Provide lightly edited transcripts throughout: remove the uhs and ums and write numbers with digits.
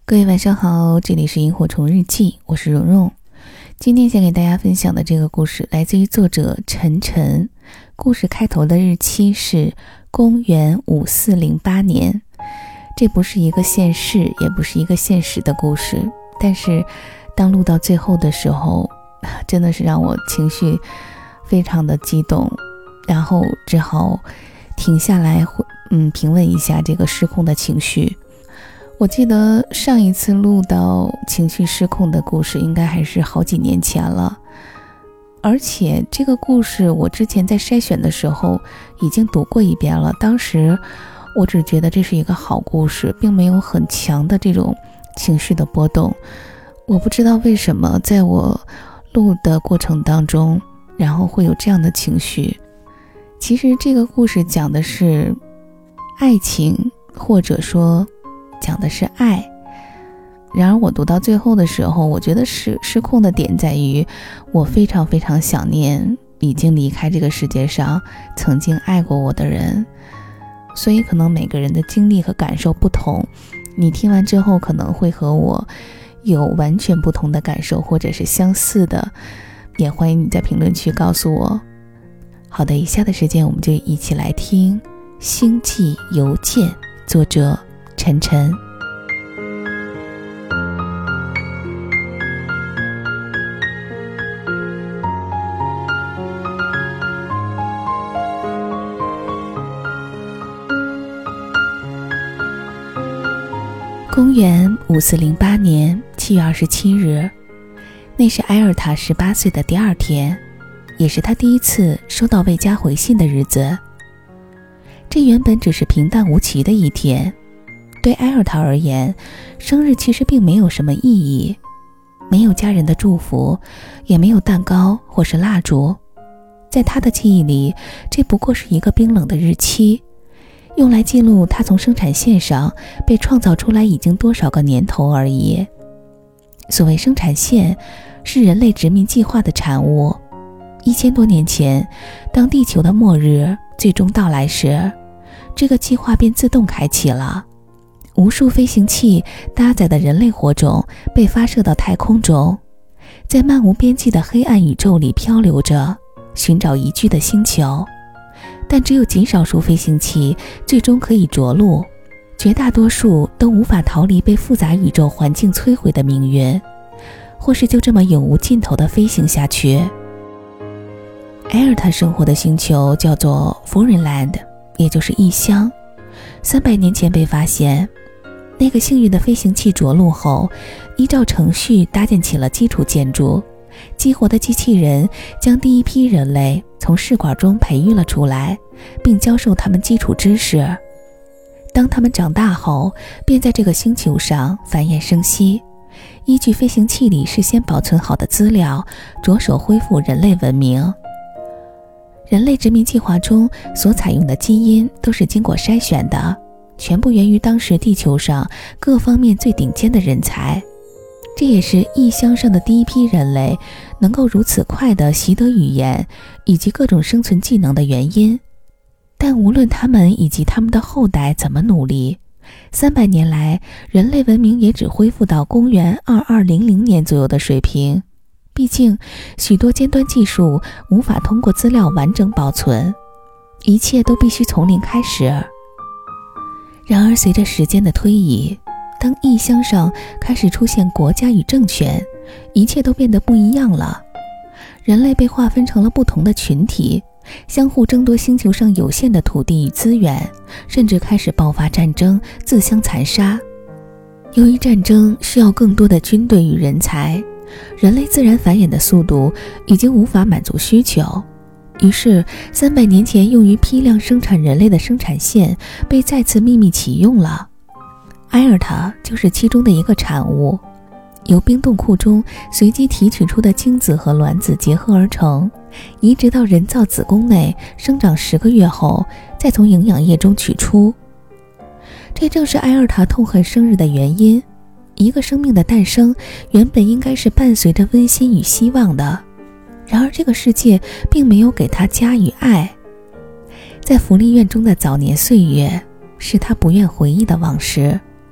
各位晚上好，这里是萤火虫日记，我是蓉蓉。今天想给大家分享的这个故事来自于作者陈晨，故事开头的日期是公元5408年。这不是一个现世，也不是一个现实的故事，但是当录到最后的时候，真的是让我情绪非常的激动，然后只好停下来平稳一下这个失控的情绪。我记得上一次录到情绪失控的故事应该还是好几年前了，而且这个故事我之前在筛选的时候已经读过一遍了，当时我只觉得这是一个好故事，并没有很强的这种情绪的波动。我不知道为什么在我录的过程当中，然后会有这样的情绪。其实这个故事讲的是爱情，或者说讲的是爱。然而我读到最后的时候，我觉得失控的点在于我非常非常想念已经离开这个世界上曾经爱过我的人。所以可能每个人的经历和感受不同，你听完之后可能会和我有完全不同的感受，或者是相似的，也欢迎你在评论区告诉我。好的，以下的时间我们就一起来听《星际邮件》，作者陈晨。公元5408年7月27日，那是埃尔塔18岁的第二天，也是他第一次收到未加回信的日子。这原本只是平淡无奇的一天，对埃尔塔而言，生日其实并没有什么意义，没有家人的祝福，也没有蛋糕或是蜡烛。在他的记忆里，这不过是一个冰冷的日期，用来记录他从生产线上被创造出来已经多少个年头而已。所谓生产线，是人类殖民计划的产物。1000多年前，当地球的末日最终到来时，这个计划便自动开启了。无数飞行器搭载的人类火种被发射到太空中，在漫无边际的黑暗宇宙里漂流着，寻找宜居的星球。但只有极少数飞行器最终可以着陆，绝大多数都无法逃离被复杂宇宙环境摧毁的命运，或是就这么永无尽头地飞行下去。埃尔塔生活的星球叫做 Foreign Land， 也就是异乡。300年前被发现，那个幸运的飞行器着陆后，依照程序搭建起了基础建筑，激活的机器人将第一批人类从试管中培育了出来，并教授他们基础知识。当他们长大后，便在这个星球上繁衍生息，依据飞行器里事先保存好的资料，着手恢复人类文明。人类殖民计划中所采用的基因都是经过筛选的，全部源于当时地球上各方面最顶尖的人才。这也是异乡上的第一批人类能够如此快地习得语言以及各种生存技能的原因。但无论他们以及他们的后代怎么努力，300年来人类文明也只恢复到公元2200年左右的水平。毕竟许多尖端技术无法通过资料完整保存，一切都必须从零开始。然而随着时间的推移，当异乡上开始出现国家与政权，一切都变得不一样了。人类被划分成了不同的群体，相互争夺星球上有限的土地与资源，甚至开始爆发战争，自相残杀。由于战争需要更多的军队与人才，人类自然繁衍的速度已经无法满足需求，于是300年前用于批量生产人类的生产线被再次秘密启用了。埃尔塔就是其中的一个产物，由冰冻库中随机提取出的精子和卵子结合而成，移植到人造子宫内生长10个月后，再从营养液中取出。这正是埃尔塔痛恨生日的原因。一个生命的诞生原本应该是伴随着温馨与希望的，然而这个世界并没有给他家与爱。在福利院中的早年岁月是他不愿回忆的往事，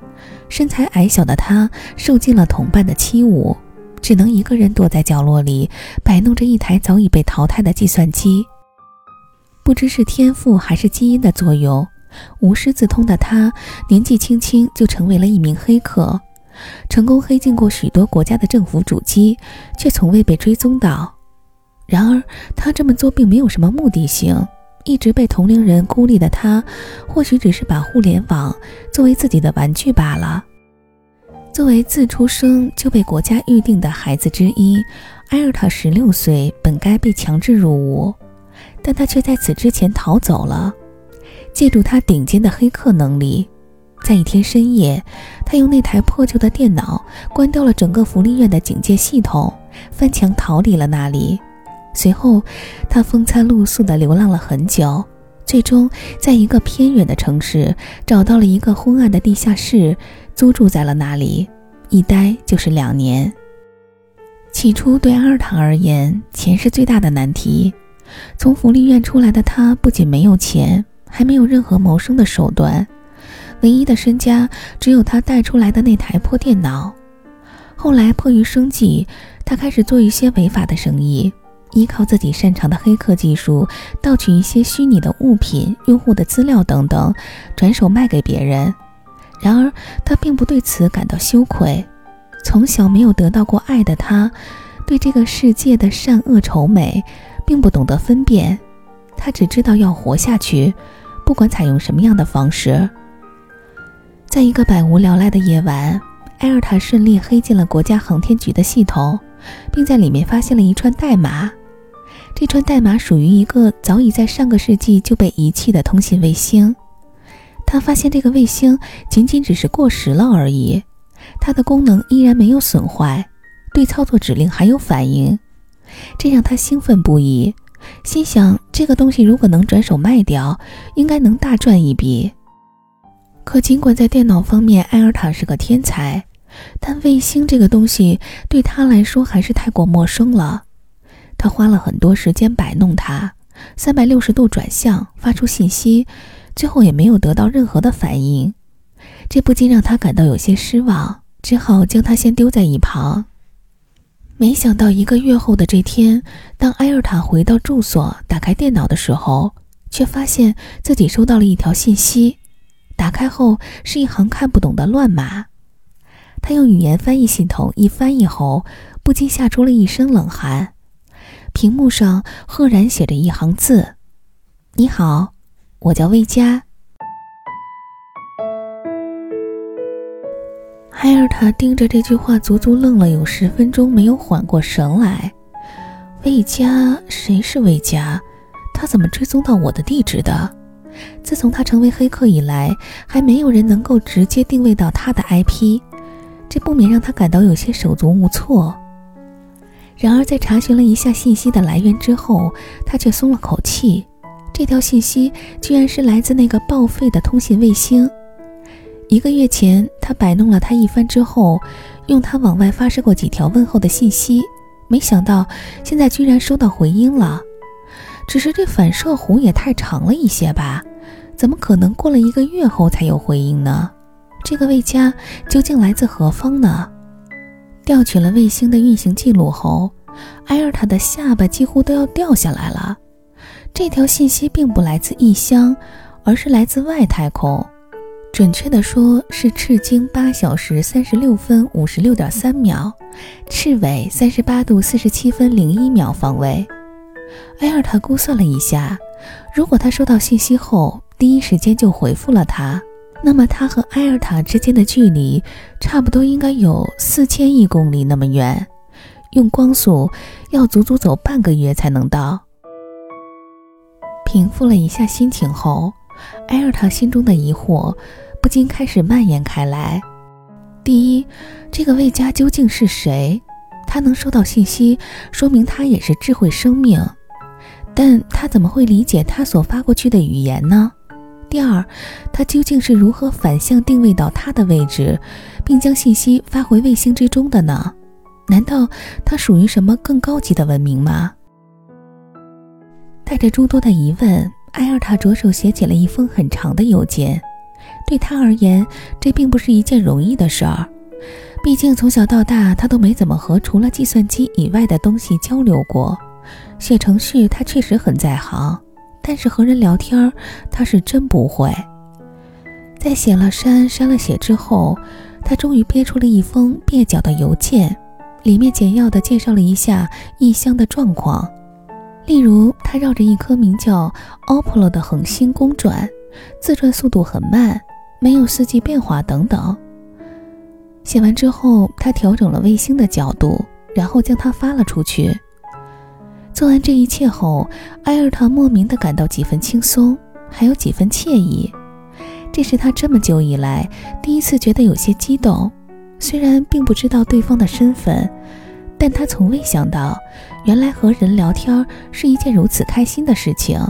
身材矮小的他受尽了同伴的欺侮，只能一个人躲在角落里摆弄着一台早已被淘汰的计算机。不知是天赋还是基因的作用，无师自通的他年纪轻轻就成为了一名黑客，成功黑进过许多国家的政府主机，却从未被追踪到。然而他这么做并没有什么目的性，一直被同龄人孤立的他，或许只是把互联网作为自己的玩具罢了。作为自出生就被国家预定的孩子之一，埃尔塔16岁本该被强制入伍，但他却在此之前逃走了。借助他顶尖的黑客能力，在一天深夜，他用那台破旧的电脑关掉了整个福利院的警戒系统，翻墙逃离了那里。随后他风餐露宿地流浪了很久，最终在一个偏远的城市找到了一个昏暗的地下室，租住在了那里，一待就是2年。起初对阿尔塔而言，钱是最大的难题。从福利院出来的他不仅没有钱，还没有任何谋生的手段，唯一的身家只有他带出来的那台破电脑。后来迫于生计，他开始做一些违法的生意，依靠自己擅长的黑客技术，盗取一些虚拟的物品、用户的资料等等，转手卖给别人。然而他并不对此感到羞愧，从小没有得到过爱的他，对这个世界的善恶丑美并不懂得分辨，他只知道要活下去，不管采用什么样的方式。在一个百无聊赖的夜晚，埃尔塔顺利黑进了国家航天局的系统，并在里面发现了一串代码。这串代码属于一个早已在上个世纪就被遗弃的通信卫星。他发现这个卫星仅仅只是过时了而已，它的功能依然没有损坏，对操作指令还有反应，这让他兴奋不已，心想这个东西如果能转手卖掉，应该能大赚一笔。可尽管在电脑方面埃尔塔是个天才，但卫星这个东西对他来说还是太过陌生了。他花了很多时间摆弄它，360度转向，发出信息，最后也没有得到任何的反应。这不禁让他感到有些失望，只好将它先丢在一旁。没想到1个月后的这天，当埃尔塔回到住所打开电脑的时候，却发现自己收到了一条信息。打开后是一行看不懂的乱码，他用语言翻译系统一翻译后，不禁吓出了一身冷汗。屏幕上赫然写着一行字：你好，我叫魏佳。埃尔塔盯着这句话足足愣了有10分钟，没有缓过神来。魏佳？谁是魏佳？他怎么追踪到我的地址的？自从他成为黑客以来，还没有人能够直接定位到他的 IP， 这不免让他感到有些手足无措。然而在查询了一下信息的来源之后，他却松了口气，这条信息居然是来自那个报废的通信卫星。1个月前，他摆弄了他一番之后，用它往外发射过几条问候的信息，没想到现在居然收到回音了。只是这反射弧也太长了一些吧，怎么可能过了1个月后才有回音呢？这个魏佳究竟来自何方呢？调取了卫星的运行记录后，埃尔塔的下巴几乎都要掉下来了。这条信息并不来自异乡，而是来自外太空，准确的说是赤经8小时36分56.3秒，赤纬38度47分01秒方位。埃尔塔估算了一下，如果他收到信息后第一时间就回复了他，那么他和埃尔塔之间的距离差不多应该有4000亿公里那么远，用光速要足足走半个月才能到。平复了一下心情后，埃尔塔心中的疑惑不禁开始蔓延开来。第一，这个魏佳究竟是谁？他能收到信息，说明他也是智慧生命，但他怎么会理解他所发过去的语言呢？第二，他究竟是如何反向定位到他的位置，并将信息发回卫星之中的呢？难道他属于什么更高级的文明吗？带着诸多的疑问，埃尔塔着手写起了一封很长的邮件， 对他而言，这并不是一件容易的事儿。毕竟从小到大，他都没怎么和除了计算机以外的东西交流过。写程序他确实很在行，但是和人聊天他是真不会。在写了删了写之后，他终于憋出了一封蹩脚的邮件，里面简要地介绍了一下异乡的状况。例如，他绕着一颗名叫 Opolo 的恒星公转，自转速度很慢，没有四季变化等等。写完之后，他调整了卫星的角度，然后将它发了出去。做完这一切后，埃尔塔莫名地感到几分轻松，还有几分惬意。这是他这么久以来第一次觉得有些激动，虽然并不知道对方的身份，但他从未想到，原来和人聊天是一件如此开心的事情。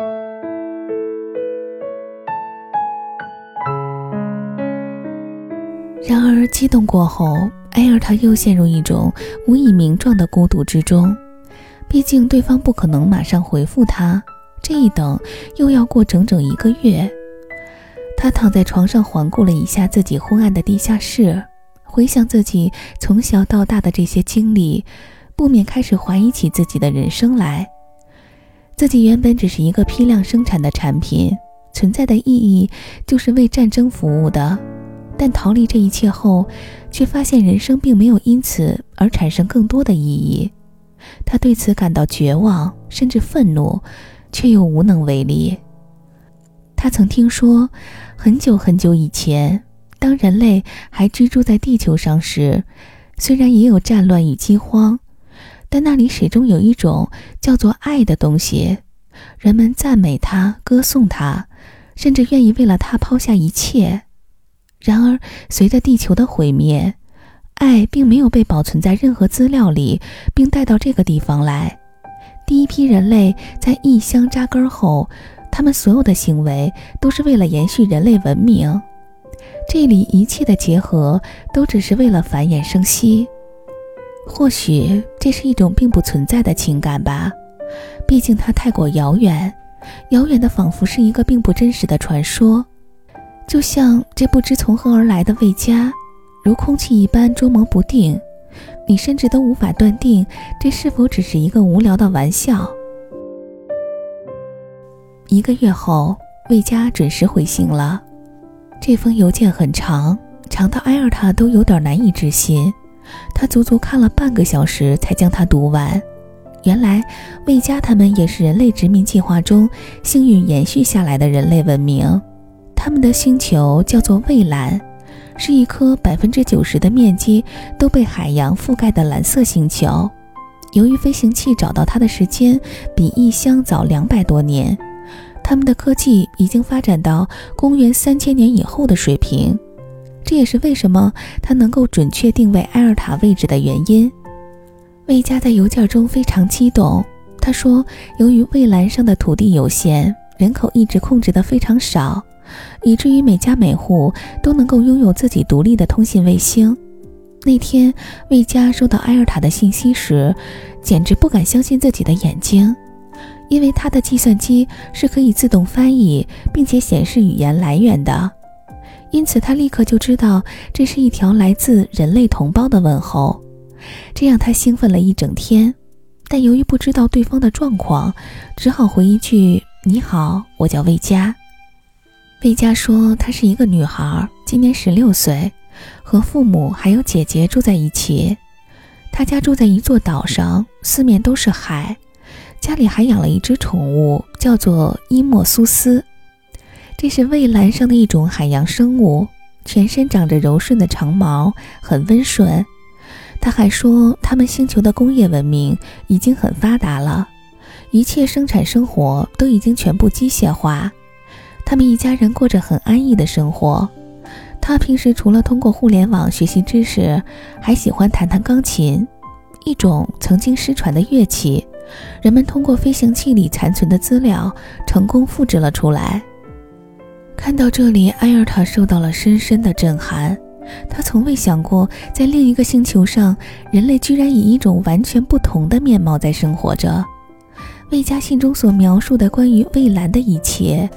然而激动过后，埃尔塔又陷入一种无以名状的孤独之中。毕竟对方不可能马上回复他，这一等又要过整整1个月。他躺在床上环顾了一下自己昏暗的地下室，回想自己从小到大的这些经历，不免开始怀疑起自己的人生来。自己原本只是一个批量生产的产品，存在的意义就是为战争服务的，但逃离这一切后，却发现人生并没有因此而产生更多的意义。他对此感到绝望，甚至愤怒，却又无能为力。他曾听说，很久很久以前，当人类还居住在地球上时，虽然也有战乱与饥荒，但那里始终有一种叫做爱的东西，人们赞美它，歌颂它，甚至愿意为了它抛下一切。然而随着地球的毁灭，爱并没有被保存在任何资料里，并带到这个地方来。第一批人类在异乡扎根后，他们所有的行为都是为了延续人类文明，这里一切的结合都只是为了繁衍生息。或许这是一种并不存在的情感吧，毕竟它太过遥远，遥远的仿佛是一个并不真实的传说。就像这不知从何而来的魏家，如空气一般捉摸不定，你甚至都无法断定这是否只是一个无聊的玩笑。1个月后，魏家准时回信了。这封邮件很长，长到埃尔塔都有点难以置信，他足足看了半个小时才将它读完。原来魏家他们也是人类殖民计划中幸运延续下来的人类文明，他们的星球叫做蔚蓝，是一颗90%的面积都被海洋覆盖的蓝色星球。由于飞行器找到它的时间比异乡早200多年，他们的科技已经发展到公元3000年以后的水平，这也是为什么它能够准确定位埃尔塔位置的原因。魏家在邮件中非常激动，他说由于蔚蓝上的土地有限，人口一直控制得非常少，以至于每家每户都能够拥有自己独立的通信卫星。那天魏家收到埃尔塔的信息时，简直不敢相信自己的眼睛，因为他的计算机是可以自动翻译并且显示语言来源的，因此他立刻就知道这是一条来自人类同胞的问候，这让他兴奋了一整天。但由于不知道对方的状况，只好回一句你好，我叫魏佳。魏佳说她是一个女孩，今年16岁，和父母还有姐姐住在一起。她家住在一座岛上，四面都是海，家里还养了一只宠物，叫做伊莫苏斯。这是蔚蓝上的一种海洋生物，全身长着柔顺的长毛，很温顺。他还说他们星球的工业文明已经很发达了，一切生产生活都已经全部机械化，他们一家人过着很安逸的生活。他平时除了通过互联网学习知识，还喜欢弹弹钢琴，一种曾经失传的乐器，人们通过飞行器里残存的资料成功复制了出来。看到这里，埃尔塔受到了深深的震撼。他从未想过，在另一个星球上，人类居然以一种完全不同的面貌在生活着。魏佳信中所描述的关于蔚蓝的一切，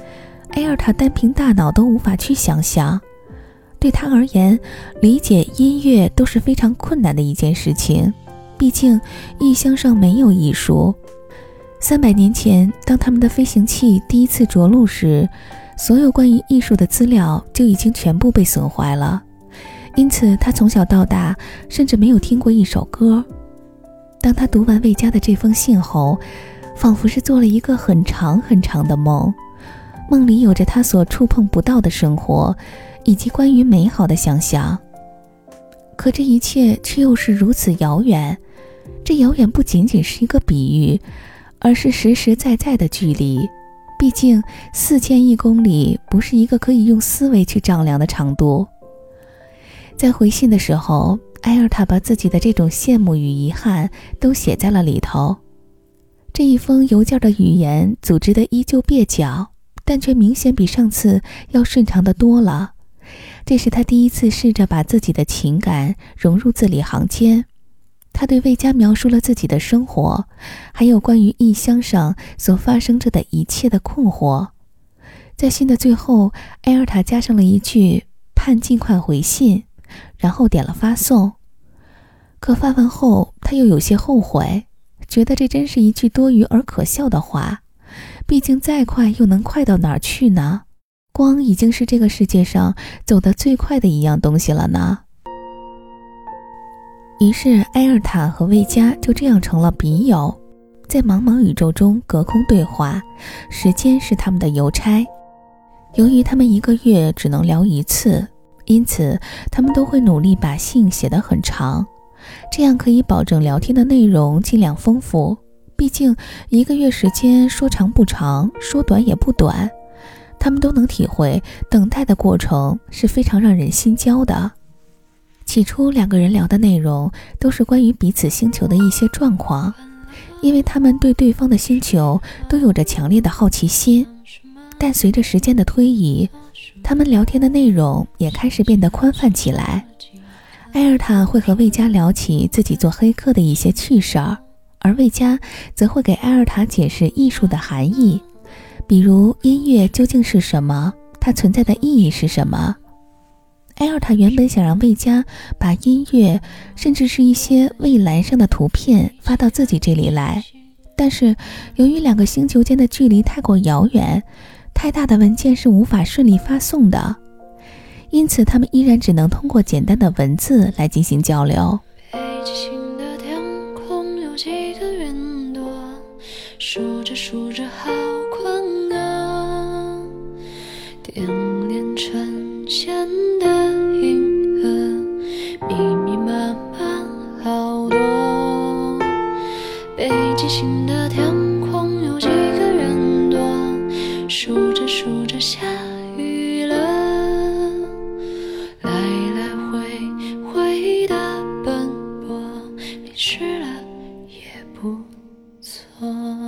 埃尔塔单凭大脑都无法去想象。对他而言，理解音乐都是非常困难的一件事情，毕竟异乡上没有艺术。300年前，当他们的飞行器第一次着陆时，所有关于艺术的资料就已经全部被损坏了，因此他从小到大甚至没有听过一首歌。当他读完魏佳的这封信后，仿佛是做了一个很长很长的梦，梦里有着他所触碰不到的生活，以及关于美好的想象。可这一切却又是如此遥远，这遥远不仅仅是一个比喻，而是实实在在的距离。毕竟4000亿公里不是一个可以用思维去丈量的长度。在回信的时候，埃尔塔把自己的这种羡慕与遗憾都写在了里头。这一封邮件的语言组织的依旧蹩脚，但却明显比上次要顺畅得多了。这是他第一次试着把自己的情感融入字里行间。他对魏佳描述了自己的生活，还有关于异乡上所发生着的一切的困惑。在信的最后，埃尔塔加上了一句盼尽快回信，然后点了发送。可发完后，他又有些后悔，觉得这真是一句多余而可笑的话。毕竟再快又能快到哪儿去呢？光已经是这个世界上走得最快的一样东西了呢。于是埃尔塔和魏佳就这样成了笔友，在茫茫宇宙中隔空对话，时间是他们的邮差。由于他们1个月只能聊1次，因此他们都会努力把信写得很长，这样可以保证聊天的内容尽量丰富。毕竟1个月时间说长不长，说短也不短，他们都能体会等待的过程是非常让人心焦的。起初2个人聊的内容都是关于彼此星球的一些状况，因为他们对对方的星球都有着强烈的好奇心。但随着时间的推移，他们聊天的内容也开始变得宽泛起来。埃尔塔会和魏佳聊起自己做黑客的一些趣事儿，而魏佳则会给埃尔塔解释艺术的含义，比如音乐究竟是什么，它存在的意义是什么。埃尔塔原本想让魏佳把音乐，甚至是一些蔚蓝上的图片发到自己这里来，但是由于2个星球间的距离太过遥远，太大的文件是无法顺利发送的，因此他们依然只能通过简单的文字来进行交流。 北极星的天空有几个云朵，数着数着好困啊，点点成线的银河，密密麻麻好多。北极星的天空有几个圆朵，数着数着下雨了，来来回回的奔波，淋湿了也不错。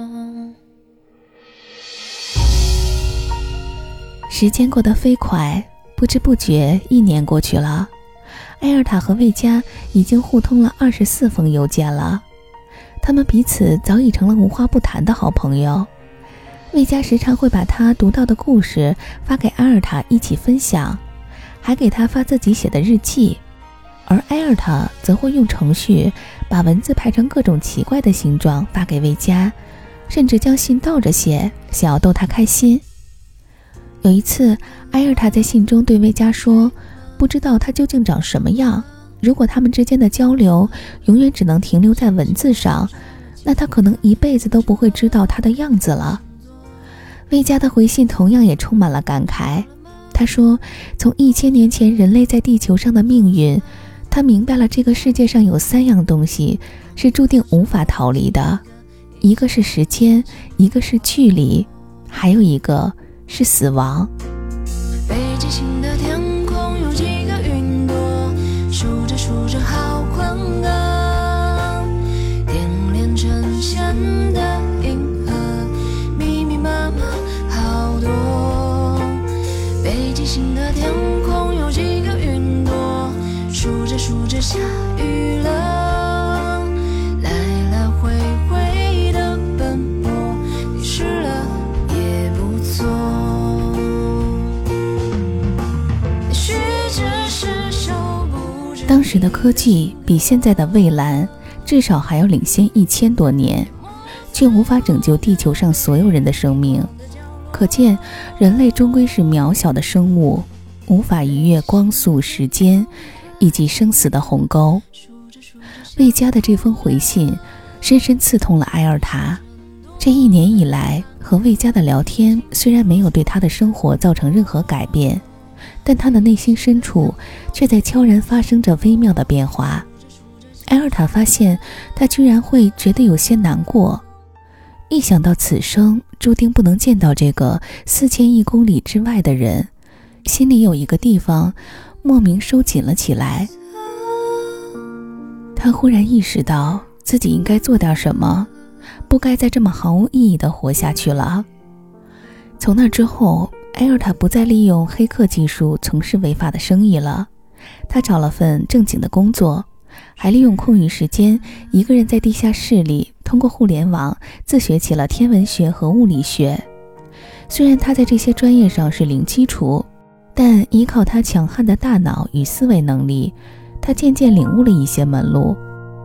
时间过得飞快，不知不觉1年过去了。埃尔塔和魏佳已经互通了24封邮件了，他们彼此早已成了无话不谈的好朋友。魏佳时常会把他读到的故事发给埃尔塔一起分享，还给他发自己写的日记，而埃尔塔则会用程序把文字排成各种奇怪的形状发给魏佳，甚至将信倒着写，想要逗他开心。有一次，埃尔塔在信中对魏佳说，不知道他究竟长什么样，如果他们之间的交流永远只能停留在文字上，那他可能一辈子都不会知道他的样子了。魏佳的回信同样也充满了感慨，他说从1000年前人类在地球上的命运，他明白了这个世界上有3样东西是注定无法逃离的，一个是时间，一个是距离，还有一个是死亡。 北极星的天空有几个云朵，数着数着好困啊，点连成线的银河，密密麻麻好多。北极星的天空有几个云朵，数着数着下雨了，来来回回的奔波，淋湿了也不错。 时的科技比现在的蔚蓝至少还要领先1000多年，却无法拯救地球上所有人的生命。可见人类终归是渺小的生物，无法逾越光速、时间以及生死的鸿沟。魏佳的这封回信深深刺痛了埃尔塔。这1年以来和魏佳的聊天虽然没有对他的生活造成任何改变，但他的内心深处却在悄然发生着微妙的变化。埃尔塔发现他居然会觉得有些难过，一想到此生注定不能见到这个4000亿公里之外的人，心里有一个地方莫名收紧了起来。他忽然意识到自己应该做点什么，不该再这么毫无意义地活下去了。从那之后，埃尔塔不再利用黑客技术从事违法的生意了，他找了份正经的工作，还利用空余时间一个人在地下室里通过互联网自学起了天文学和物理学。虽然他在这些专业上是零基础，但依靠他强悍的大脑与思维能力，他渐渐领悟了一些门路。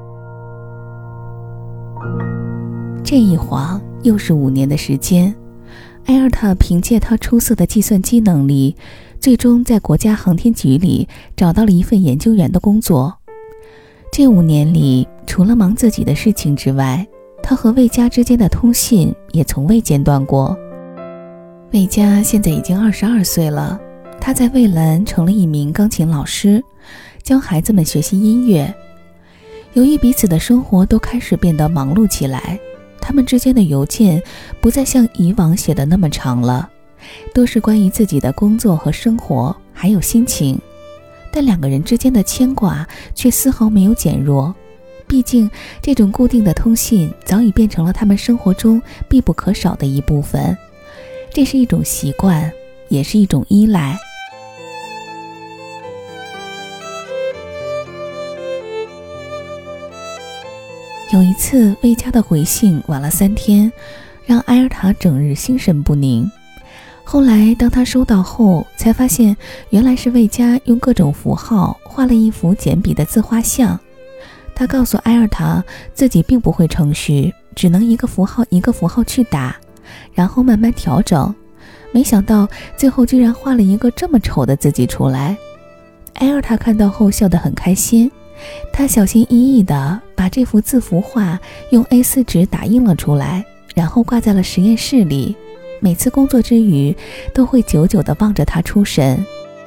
这一晃又是5年的时间，埃尔塔凭借他出色的计算机能力，最终在国家航天局里找到了一份研究员的工作。这5年里，除了忙自己的事情之外，他和魏佳之间的通信也从未间断过。魏佳现在已经22岁了，他在蔚蓝成了一名钢琴老师，教孩子们学习音乐。由于彼此的生活都开始变得忙碌起来，他们之间的邮件不再像以往写的那么长了，都是关于自己的工作和生活，还有心情。但2个人之间的牵挂却丝毫没有减弱，毕竟这种固定的通信早已变成了他们生活中必不可少的一部分。这是一种习惯，也是一种依赖。有一次，魏佳的回信晚了3天，让埃尔塔整日心神不宁。后来当他收到后，才发现原来是魏佳用各种符号画了一幅简笔的自画像。他告诉埃尔塔自己并不会程序，只能一个符号一个符号去打，然后慢慢调整。没想到最后居然画了一个这么丑的自己出来。埃尔塔看到后笑得很开心，他小心翼翼地把这幅字符画用 A4 纸打印了出来，然后挂在了实验室里。每次工作之余，都会久久地望着它出神。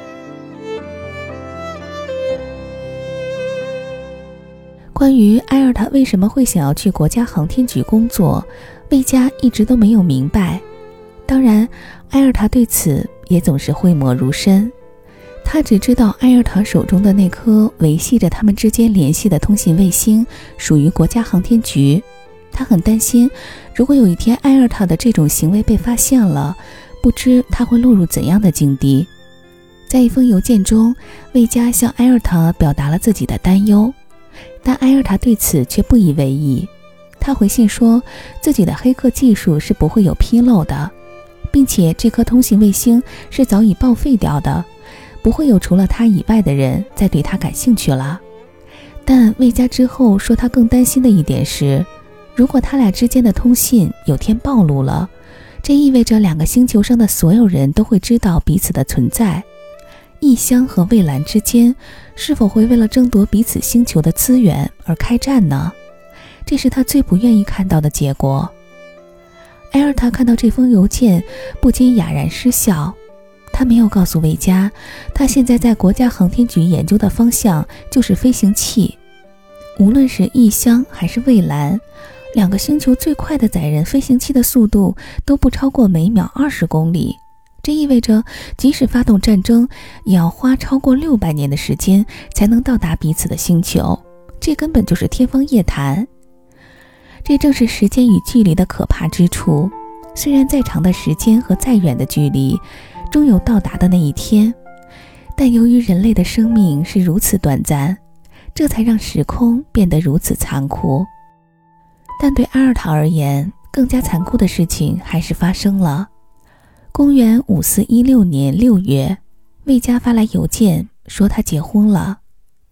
关于埃尔塔为什么会想要去国家航天局工作，魏佳一直都没有明白。当然，埃尔塔对此也总是讳莫如深。他只知道埃尔塔手中的那颗维系着他们之间联系的通信卫星属于国家航天局。他很担心，如果有一天埃尔塔的这种行为被发现了，不知他会落入怎样的境地。在一封邮件中，魏佳向埃尔塔表达了自己的担忧，但埃尔塔对此却不以为意。他回信说，自己的黑客技术是不会有纰漏的，并且这颗通信卫星是早已报废掉的，不会有除了他以外的人再对他感兴趣了。但魏佳之后说，他更担心的一点是，如果他俩之间的通信有天暴露了，这意味着2个星球上的所有人都会知道彼此的存在。异乡和蔚蓝之间是否会为了争夺彼此星球的资源而开战呢？这是他最不愿意看到的结果。埃尔塔看到这封邮件，不禁哑然失笑。他没有告诉魏佳，他现在在国家航天局研究的方向就是飞行器。无论是异乡还是蔚蓝，2个星球最快的载人飞行器的速度都不超过每秒20公里，这意味着即使发动战争，也要花超过600年的时间才能到达彼此的星球，这根本就是天方夜谭。这正是时间与距离的可怕之处，虽然再长的时间和再远的距离终有到达的那一天，但由于人类的生命是如此短暂，这才让时空变得如此残酷。但对埃尔塔而言，更加残酷的事情还是发生了。公元5416年6月，魏佳发来邮件说他结婚了。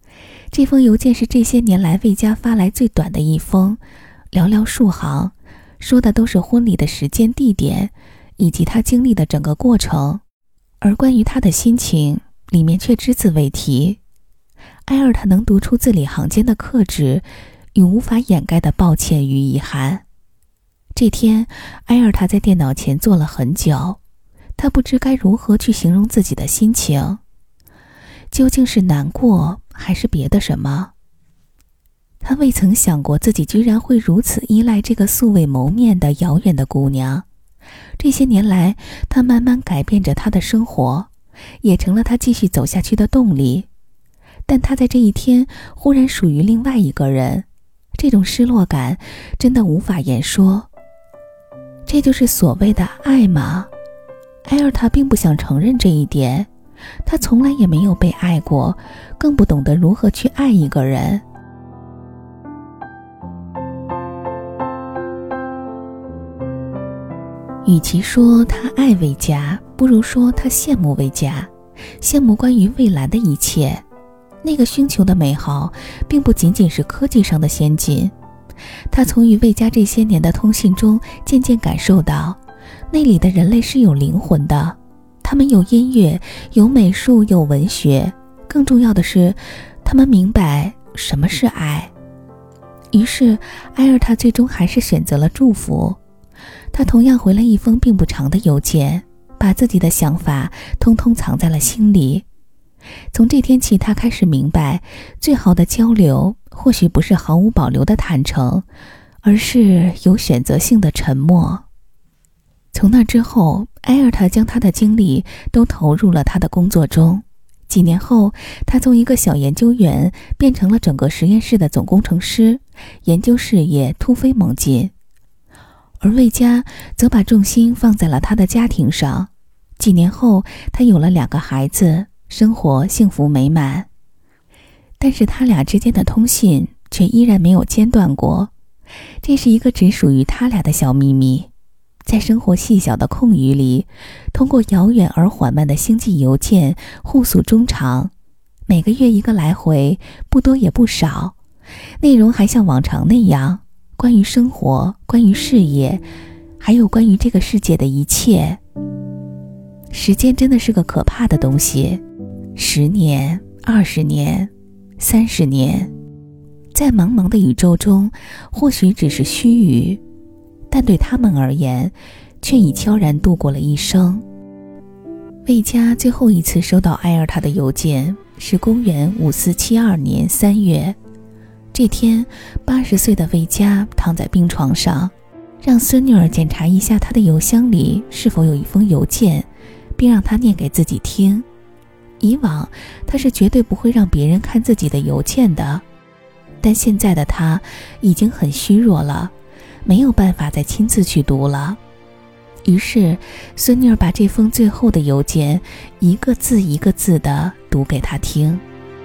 这封邮件是这些年来魏佳发来最短的一封，寥寥数行，说的都是婚礼的时间、地点，以及他经历的整个过程，而关于他的心情，里面却只字未提。埃尔塔能读出字里行间的克制与无法掩盖的抱歉与遗憾。这天，埃尔塔在电脑前坐了很久，他不知该如何去形容自己的心情，究竟是难过还是别的什么？他未曾想过自己居然会如此依赖这个素未谋面的遥远的姑娘。这些年来，他慢慢改变着他的生活，也成了他继续走下去的动力。但他在这一天忽然属于另外一个人，这种失落感真的无法言说。这就是所谓的爱吗？埃尔塔并不想承认这一点，他从来也没有被爱过，更不懂得如何去爱一个人。与其说他爱魏佳，不如说他羡慕魏佳，羡慕关于蔚蓝的一切。那个星球的美好并不仅仅是科技上的先进，他从与魏佳这些年的通信中渐渐感受到，那里的人类是有灵魂的，他们有音乐，有美术，有文学，更重要的是，他们明白什么是爱。于是埃尔塔最终还是选择了祝福。他同样回了一封并不长的邮件，把自己的想法通通藏在了心里。从这天起，他开始明白，最好的交流或许不是毫无保留的坦诚，而是有选择性的沉默。从那之后，埃尔塔将他的精力都投入了他的工作中。几年后，他从一个小研究员变成了整个实验室的总工程师，研究事业突飞猛进。而魏佳则把重心放在了他的家庭上。几年后，他有了2个孩子，生活幸福美满。但是他俩之间的通信却依然没有间断过，这是一个只属于他俩的小秘密。在生活细小的空余里，通过遥远而缓慢的星际邮件互诉衷肠，每个月1个来回，不多也不少，内容还像往常那样，关于生活，关于事业，还有关于这个世界的一切。时间真的是个可怕的东西，10年、20年、30年，在茫茫的宇宙中，或许只是须臾，但对他们而言，却已悄然度过了一生。魏佳最后一次收到埃尔塔的邮件是公元5472年3月。这天，80岁的魏佳躺在病床上，让孙女儿检查一下她的邮箱里是否有一封邮件，并让她念给自己听。以往她是绝对不会让别人看自己的邮件的，但现在的她已经很虚弱了，没有办法再亲自去读了。于是孙女儿把这封最后的邮件一个字一个字地读给她听。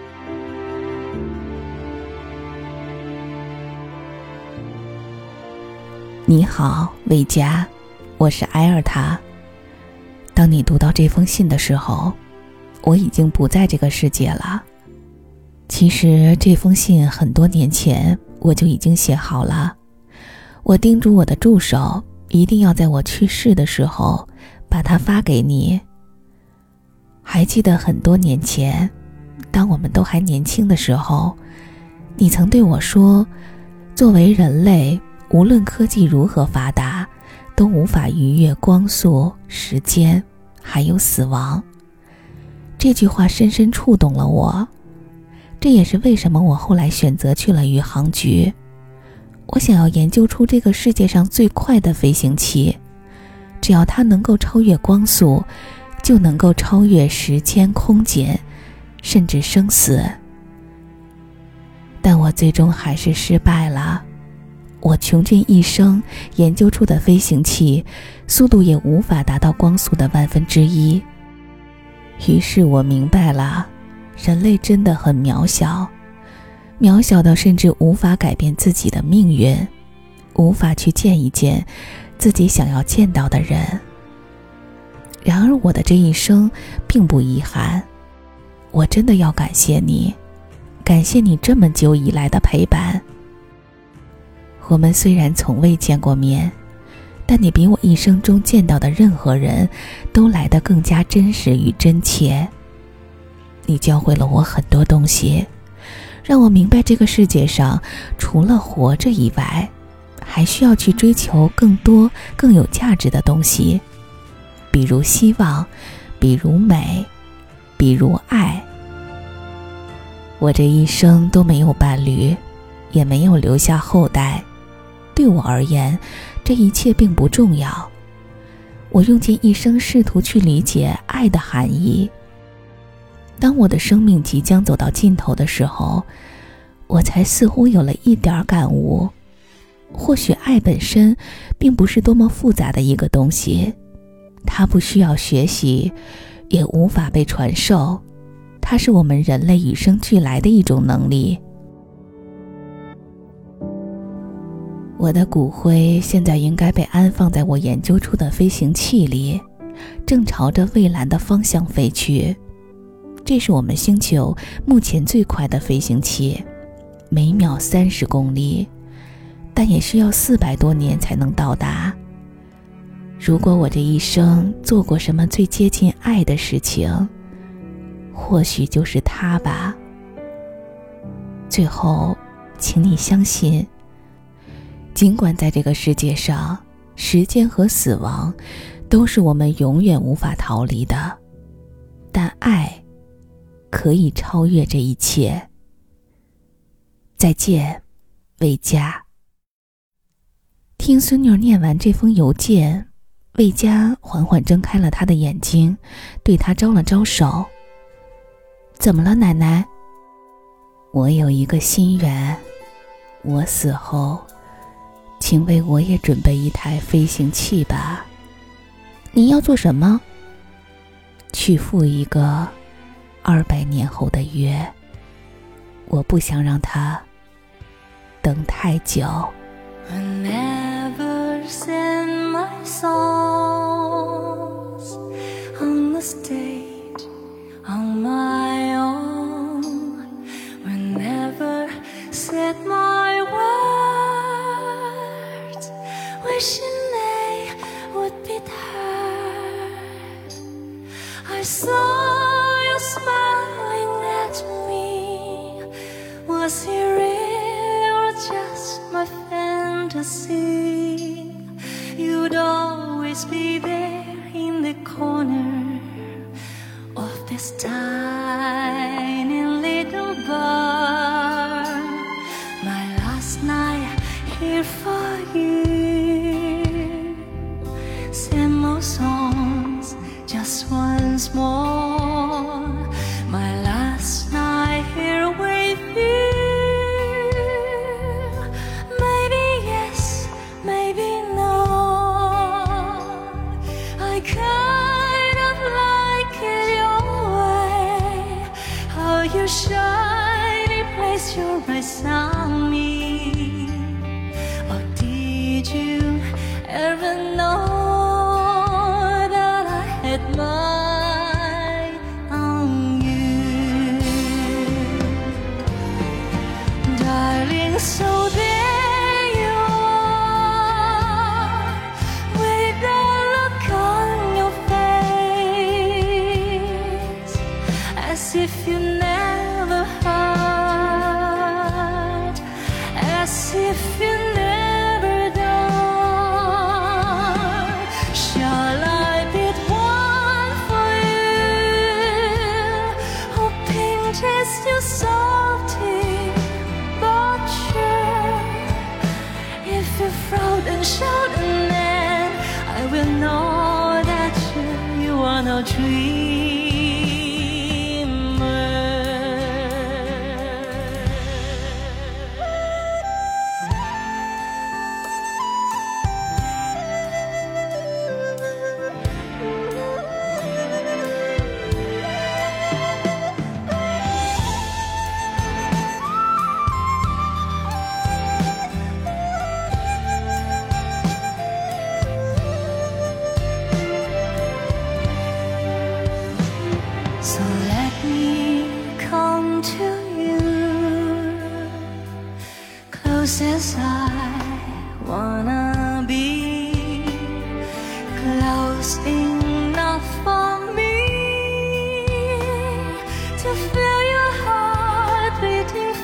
你好，魏佳，我是埃尔塔。当你读到这封信的时候，我已经不在这个世界了。其实这封信很多年前我就已经写好了，我叮嘱我的助手一定要在我去世的时候把它发给你。还记得很多年前，当我们都还年轻的时候，你曾对我说，作为人类，无论科技如何发达，都无法逾越光速、时间，还有死亡。这句话深深触动了我，这也是为什么我后来选择去了宇航局。我想要研究出这个世界上最快的飞行器，只要它能够超越光速，就能够超越时间、空间，甚至生死。但我最终还是失败了。我穷尽一生研究出的飞行器，速度也无法达到光速的1/1000。于是我明白了，人类真的很渺小，渺小到甚至无法改变自己的命运，无法去见一见自己想要见到的人。然而我的这一生并不遗憾，我真的要感谢你， 感谢你这么久以来的陪伴。我们虽然从未见过面，但你比我一生中见到的任何人都来得更加真实与真切。你教会了我很多东西，让我明白这个世界上除了活着以外，还需要去追求更多更有价值的东西，比如希望，比如美，比如爱。我这一生都没有伴侣，也没有留下后代，对我而言，这一切并不重要。我用尽一生试图去理解爱的含义。当我的生命即将走到尽头的时候，我才似乎有了一点感悟。或许爱本身并不是多么复杂的一个东西，它不需要学习，也无法被传授，它是我们人类与生俱来的一种能力。我的骨灰现在应该被安放在我研究出的飞行器里，正朝着蔚蓝的方向飞去。这是我们星球目前最快的飞行器，每秒30公里，但也需要400多年才能到达。如果我这一生做过什么最接近爱的事情，或许就是它吧。最后，请你相信，尽管在这个世界上，时间和死亡都是我们永远无法逃离的，但爱可以超越这一切。再见，魏佳。听孙女念完这封邮件，魏佳缓缓睁开了她的眼睛，对她招了招手。怎么了，奶奶？我有一个心愿，我死后，请为我也准备一台飞行器吧。您要做什么？去赴一个200年后的约，我不想让他等太久。 I never sing my songs on the stage on my own. We never said my words, wishing they would be heard. I saw you smiling at me. Was he real or just my fantasy? You'd always be there in the corner of this tiny little bar. My last night here for you. Sing more songs just once more. My last night here with you. Maybe yes, maybe no. I kind of like it your way. How you shyly place your eyes on me. Oh, did you ever know that I had my own you? Darling, so there you are, with the look on your face, as if you never heard, as if you never done. Shall I bid one for you, hoping taste you salty but sure? If you frown and shout, and then I will know that you are no dreamer. Who says I wanna be close enough for me to feel your heart beating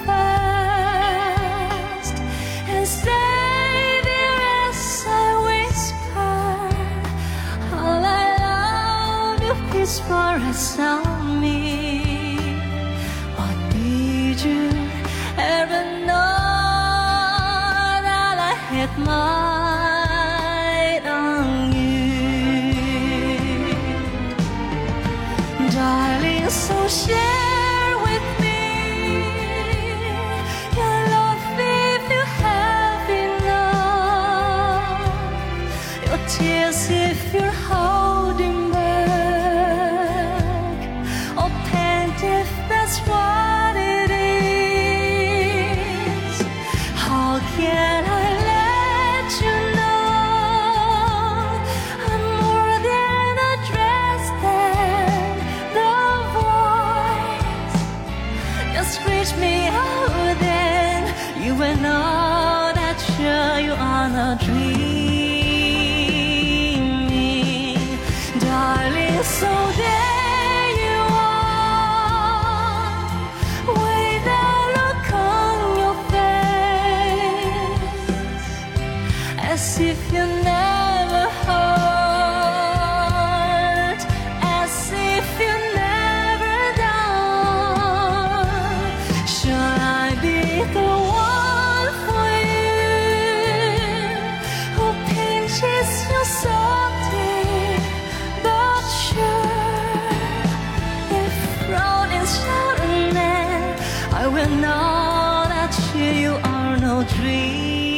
fast and stay there as I whisper all I love you whisper around me. Or did you ever know had mine on you, darling, so share with me your love if you have enough, your tears if you're holding back, or pain if that's what it is. How can I when all that sure you are not dreaming, darling, so there you are with a look on your face as if you never hurt, as if you never done. Shall I be the one softly but sure? If round is sudden, I will know that you are no dream.